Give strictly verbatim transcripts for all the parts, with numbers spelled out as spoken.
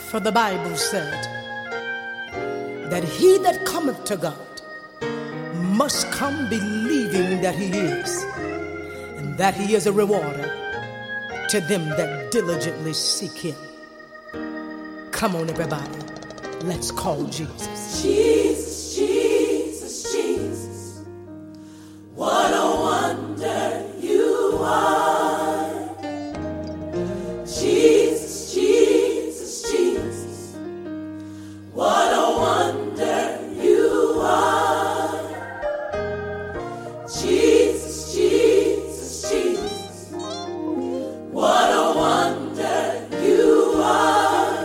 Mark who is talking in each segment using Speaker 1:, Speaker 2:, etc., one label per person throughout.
Speaker 1: For the Bible said that he that cometh to God must come believing that he is, and that he is a rewarder to them that diligently seek him. Come on, everybody, let's call Jesus.
Speaker 2: Jesus, Jesus, Jesus, what a wonder you are. Jesus, Jesus, Jesus, what a wonder you are. Jesus, Jesus, Jesus, what a wonder you are.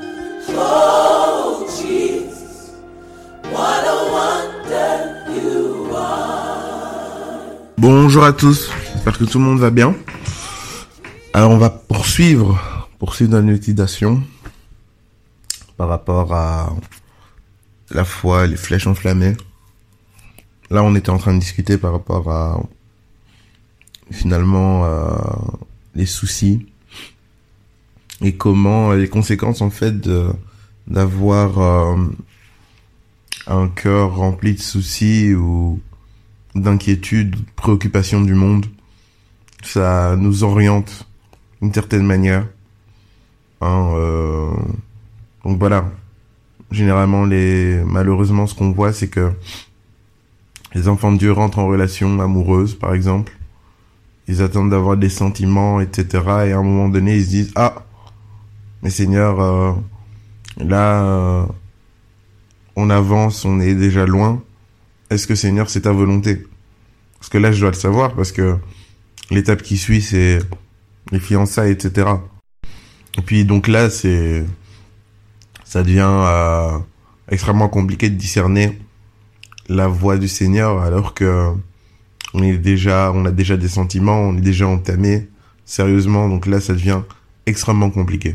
Speaker 2: Oh, Jesus, what a wonder you are.
Speaker 3: Bonjour à tous, j'espère que tout le monde va bien. Alors on va poursuivre, poursuivre notre méditation par rapport à la foi, les flèches enflammées. Là on était en train de discuter par rapport à finalement euh, les soucis et comment les conséquences en fait de, d'avoir euh, un cœur rempli de soucis ou d'inquiétude, de préoccupation du monde, ça nous oriente d'une certaine manière. Hein, euh, donc voilà. Généralement, les malheureusement, ce qu'on voit, c'est que les enfants de Dieu rentrent en relation amoureuse, par exemple. Ils attendent d'avoir des sentiments, et cetera. Et à un moment donné, ils se disent « Ah, mais Seigneur, euh, là, euh, on avance, on est déjà loin. Est-ce que Seigneur, c'est ta volonté ?» Parce que là, je dois le savoir, parce que l'étape qui suit, c'est les fiançailles, et cetera. Et puis donc là, c'est, ça devient euh, extrêmement compliqué de discerner la voix du Seigneur, alors que on est déjà, on a déjà des sentiments, on est déjà entamé sérieusement. Donc là, ça devient extrêmement compliqué.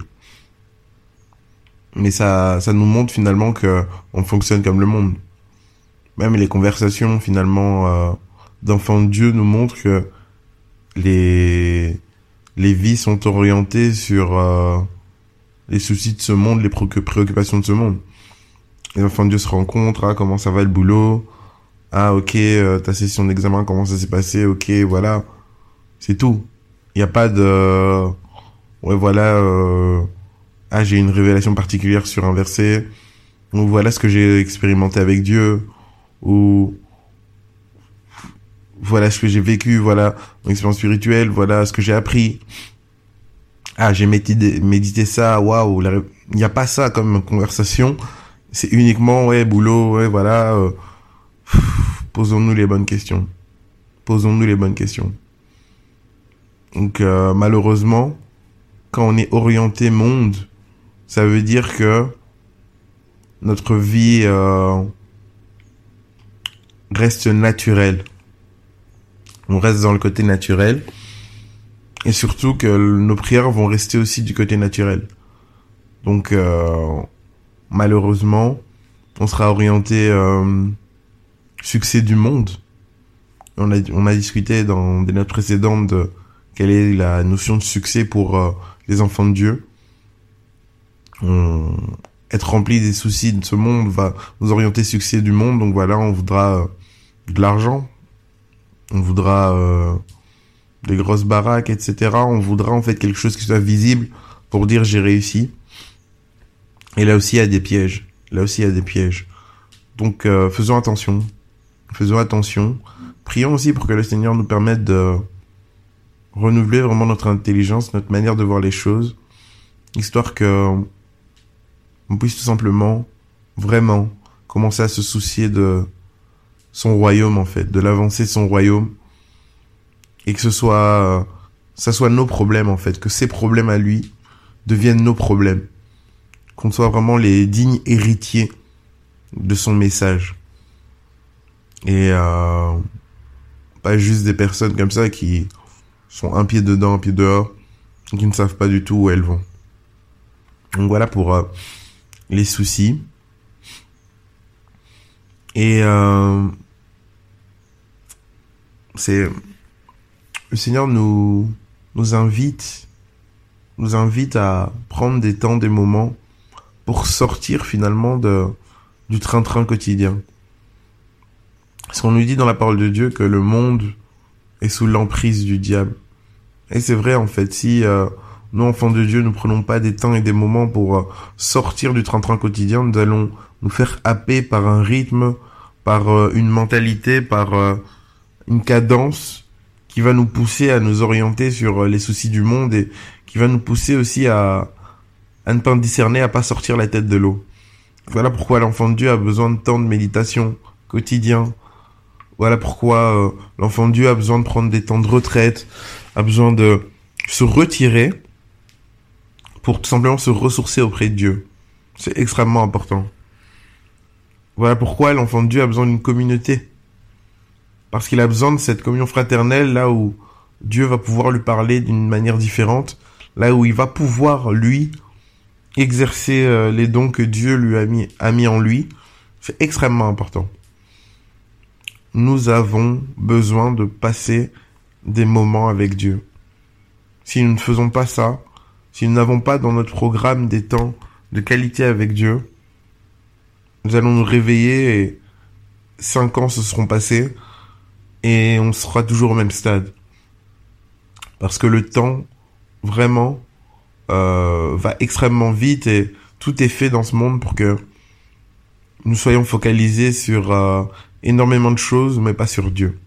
Speaker 3: Mais ça, ça nous montre finalement que on fonctionne comme le monde. Même les conversations finalement euh, d'enfants de Dieu nous montrent que les les vies sont orientées sur euh, les soucis de ce monde, les préoccupations de ce monde. Les enfants de Dieu se rencontrent, ah, comment ça va le boulot, ah ok, euh, ta session d'examen, comment ça s'est passé, ok, voilà, c'est tout. Il n'y a pas de, ouais voilà, euh... ah j'ai une révélation particulière sur un verset, ou voilà ce que j'ai expérimenté avec Dieu, ou voilà ce que j'ai vécu, voilà mon expérience spirituelle, voilà ce que j'ai appris. Ah, j'ai médité, médité ça, waouh, il n'y a pas ça comme conversation. C'est uniquement, ouais, boulot, ouais, voilà. Euh, posons-nous les bonnes questions. Posons-nous les bonnes questions. Donc, euh, malheureusement, quand on est orienté monde, ça veut dire que notre vie euh, reste naturelle. On reste dans le côté naturel. Et surtout que nos prières vont rester aussi du côté naturel. Donc, euh, malheureusement, on sera orienté euh, succès du monde. On a, on a discuté dans des notes précédentes de quelle est la notion de succès pour euh, les enfants de Dieu. On, être rempli des soucis de ce monde va nous orienter succès du monde. Donc voilà, on voudra euh, de l'argent. On voudra euh, des grosses baraques, et cetera. On voudra en fait quelque chose qui soit visible pour dire j'ai réussi. Et là aussi il y a des pièges. Là aussi il y a des pièges. Donc euh, faisons attention. Faisons attention. Prions aussi pour que le Seigneur nous permette de renouveler vraiment notre intelligence, notre manière de voir les choses, histoire que on puisse tout simplement, vraiment, commencer à se soucier de son royaume en fait, de l'avancée de son royaume, et que ce soit, ça soit nos problèmes en fait, que ses problèmes à lui deviennent nos problèmes, qu'on soit vraiment les dignes héritiers de son message, et euh, pas juste des personnes comme ça qui sont un pied dedans, un pied dehors, qui ne savent pas du tout où elles vont. Donc voilà pour euh, les soucis. Et euh, c'est le Seigneur nous nous invite nous invite à prendre des temps, des moments pour sortir finalement de, du train-train quotidien. Parce qu'on nous dit dans la parole de Dieu que le monde est sous l'emprise du diable. Et c'est vrai en fait, si euh, nous enfants de Dieu, nous prenons pas des temps et des moments pour euh, sortir du train-train quotidien, nous allons nous faire happer par un rythme, par euh, une mentalité, par euh, une cadence qui va nous pousser à nous orienter sur euh, les soucis du monde et qui va nous pousser aussi à, à ne pas discerner, à pas sortir la tête de l'eau. Voilà pourquoi l'enfant de Dieu a besoin de temps de méditation quotidien. Voilà pourquoi euh, l'enfant de Dieu a besoin de prendre des temps de retraite, a besoin de se retirer pour tout simplement se ressourcer auprès de Dieu. C'est extrêmement important. Voilà pourquoi l'enfant de Dieu a besoin d'une communauté. Parce qu'il a besoin de cette communion fraternelle là où Dieu va pouvoir lui parler d'une manière différente, là où il va pouvoir, lui, exercer euh, les dons que Dieu lui a mis, a mis en lui. C'est extrêmement important. Nous avons besoin de passer des moments avec Dieu. Si nous ne faisons pas ça, si nous n'avons pas dans notre programme des temps de qualité avec Dieu, nous allons nous réveiller et cinq ans se seront passés et on sera toujours au même stade. Parce que le temps, vraiment, euh, va extrêmement vite et tout est fait dans ce monde pour que nous soyons focalisés sur euh, énormément de choses, mais pas sur Dieu.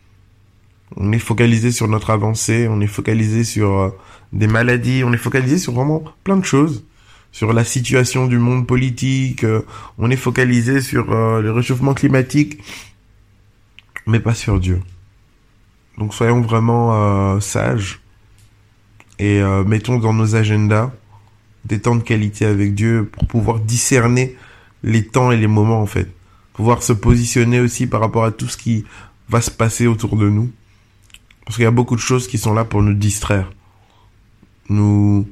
Speaker 3: On est focalisé sur notre avancée, on est focalisé sur euh, des maladies, on est focalisé sur vraiment plein de choses, sur la situation du monde politique, euh, on est focalisé sur euh, le réchauffement climatique, mais pas sur Dieu. Donc soyons vraiment euh, sages et euh, mettons dans nos agendas des temps de qualité avec Dieu pour pouvoir discerner les temps et les moments en fait, pouvoir se positionner aussi par rapport à tout ce qui va se passer autour de nous. Parce qu'il y a beaucoup de choses qui sont là pour nous distraire. Nous,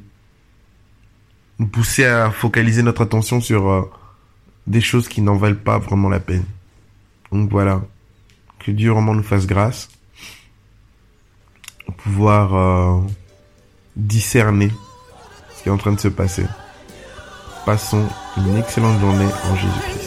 Speaker 3: nous pousser à focaliser notre attention sur euh, des choses qui n'en valent pas vraiment la peine. Donc voilà. Que Dieu vraiment nous fasse grâce. Pour pouvoir euh, discerner ce qui est en train de se passer. Passons une excellente journée en Jésus-Christ.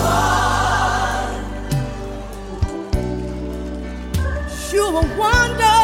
Speaker 1: You a wonder.